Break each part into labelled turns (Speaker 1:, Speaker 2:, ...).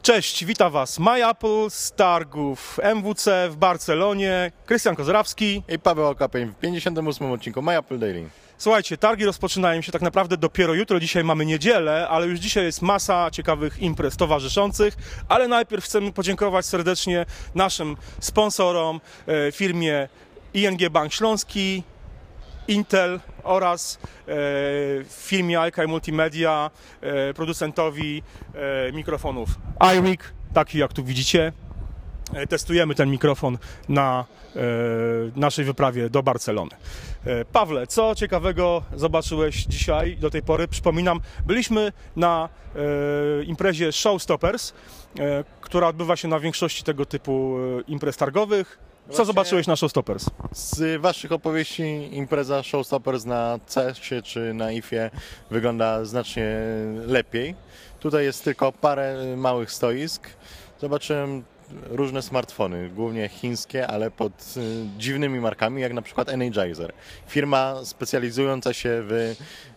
Speaker 1: Cześć, witam Was MyApple z targów MWC w Barcelonie. Krystian Kozrawski
Speaker 2: I Paweł Okapeń w 58. odcinku MyApple Daily.
Speaker 1: Słuchajcie, targi rozpoczynają się tak naprawdę dopiero jutro. Dzisiaj mamy niedzielę, ale już dzisiaj jest masa ciekawych imprez towarzyszących. Ale najpierw chcemy podziękować serdecznie naszym sponsorom, firmie ING Bank Śląski, Intel oraz firmie iCAI Multimedia, producentowi mikrofonów iRig, taki jak tu widzicie. Testujemy ten mikrofon na naszej wyprawie do Barcelony. Pawle, co ciekawego zobaczyłeś dzisiaj do tej pory? Przypominam, byliśmy na imprezie Showstoppers, która odbywa się na większości tego typu imprez targowych. Co zobaczyłeś na Showstoppers?
Speaker 2: Z Waszych opowieści impreza Showstoppers na CES-ie czy na IFie wygląda znacznie lepiej. Tutaj jest tylko parę małych stoisk. Zobaczyłem różne smartfony, głównie chińskie, ale pod dziwnymi markami, jak na przykład Energizer. Firma specjalizująca się w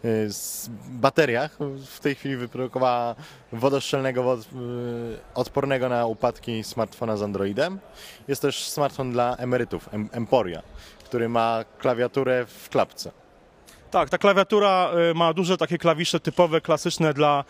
Speaker 2: bateriach w tej chwili wyprodukowała wodoszczelnego, odpornego na upadki smartfona z Androidem. Jest też smartfon dla emerytów, Emporia, który ma klawiaturę w klapce.
Speaker 1: Tak, ta klawiatura ma duże takie klawisze typowe, klasyczne dla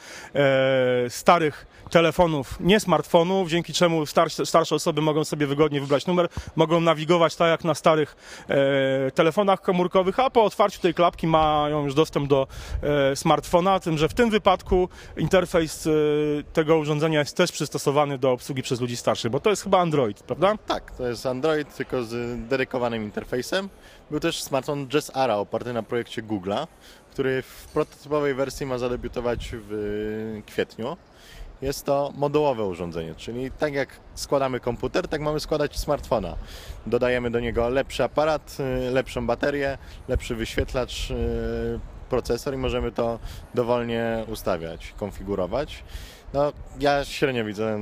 Speaker 1: starych telefonów, nie smartfonów, dzięki czemu starsze osoby mogą sobie wygodnie wybrać numer, mogą nawigować tak jak na starych telefonach komórkowych, a po otwarciu tej klapki mają już dostęp do smartfona, tym, że w tym wypadku interfejs tego urządzenia jest też przystosowany do obsługi przez ludzi starszych, bo to jest chyba Android, prawda?
Speaker 2: Tak, to jest Android, tylko z dedykowanym interfejsem. Był też smartfon Jazz Ara oparty na projekcie Google'a, który w prototypowej wersji ma zadebiutować w kwietniu. Jest to modułowe urządzenie, czyli tak jak składamy komputer, tak mamy składać smartfona. Dodajemy do niego lepszy aparat, lepszą baterię, lepszy wyświetlacz, procesor i możemy to dowolnie ustawiać, konfigurować. No, ja średnio widzę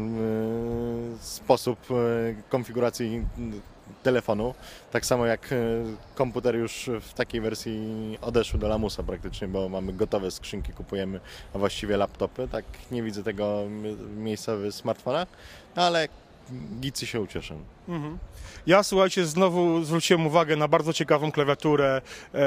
Speaker 2: sposób konfiguracji telefonu, tak samo jak komputer już w takiej wersji odeszły do lamusa praktycznie, bo mamy gotowe skrzynki, kupujemy, a właściwie laptopy, tak nie widzę tego miejsca w smartfonach, no ale geecy się ucieszą.
Speaker 1: Ja, słuchajcie, znowu zwróciłem uwagę na bardzo ciekawą klawiaturę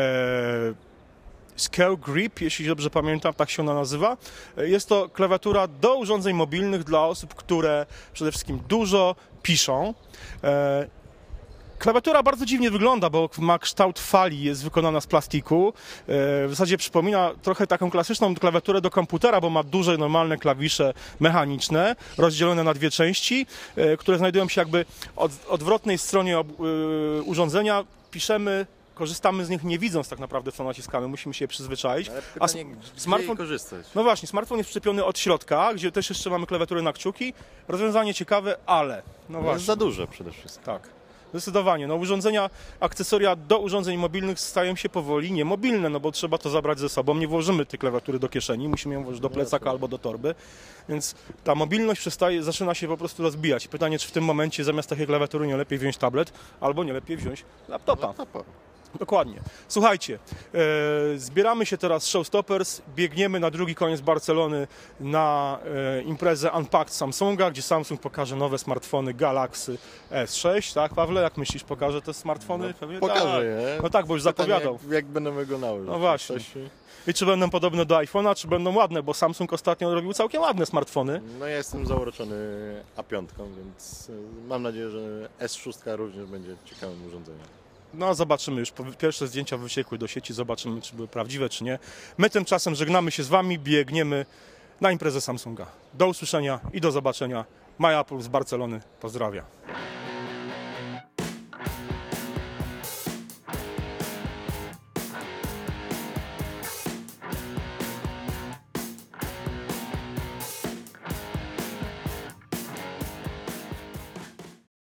Speaker 1: Scale Grip, jeśli dobrze pamiętam, tak się ona nazywa. Jest to klawiatura do urządzeń mobilnych dla osób, które przede wszystkim dużo piszą. Klawiatura bardzo dziwnie wygląda, bo ma kształt fali, jest wykonana z plastiku. W zasadzie przypomina trochę taką klasyczną klawiaturę do komputera, bo ma duże, normalne klawisze mechaniczne, rozdzielone na dwie części, które znajdują się jakby od odwrotnej stronie urządzenia. Piszemy, korzystamy z nich nie widząc tak naprawdę, co naciskamy, musimy się przyzwyczaić.
Speaker 2: Ale pytanie, smartfon korzystać?
Speaker 1: No właśnie, smartfon jest przyczepiony od środka, gdzie też jeszcze mamy klawiaturę na kciuki. Rozwiązanie ciekawe, ale... No właśnie.
Speaker 2: Jest za duże przede wszystkim.
Speaker 1: Tak. Zdecydowanie. No, urządzenia, akcesoria do urządzeń mobilnych stają się powoli niemobilne, no bo trzeba to zabrać ze sobą. Nie włożymy tej klawiatury do kieszeni, musimy ją włożyć do plecaka albo do torby. Więc ta mobilność zaczyna się po prostu rozbijać. Pytanie, czy w tym momencie zamiast takiej klawiatury nie lepiej wziąć tablet, albo nie lepiej wziąć laptopa. Dokładnie. Słuchajcie, zbieramy się teraz z Showstoppers, biegniemy na drugi koniec Barcelony na imprezę Unpacked Samsunga, gdzie Samsung pokaże nowe smartfony Galaxy S6, tak Pawle? Jak myślisz, pokaże te smartfony?
Speaker 2: No, pokaże je.
Speaker 1: No tak, bo już zapowiadał.
Speaker 2: Jak będą wyglądały.
Speaker 1: No właśnie. I czy będą podobne do iPhone'a, czy będą ładne, bo Samsung ostatnio robił całkiem ładne smartfony.
Speaker 2: No ja jestem zauroczony A5, więc mam nadzieję, że S6 również będzie ciekawym urządzeniem.
Speaker 1: No zobaczymy, już pierwsze zdjęcia wyciekły do sieci, zobaczymy, czy były prawdziwe, czy nie. My tymczasem żegnamy się z Wami, biegniemy na imprezę Samsunga. Do usłyszenia i do zobaczenia. MyApple z Barcelony. Pozdrawiam.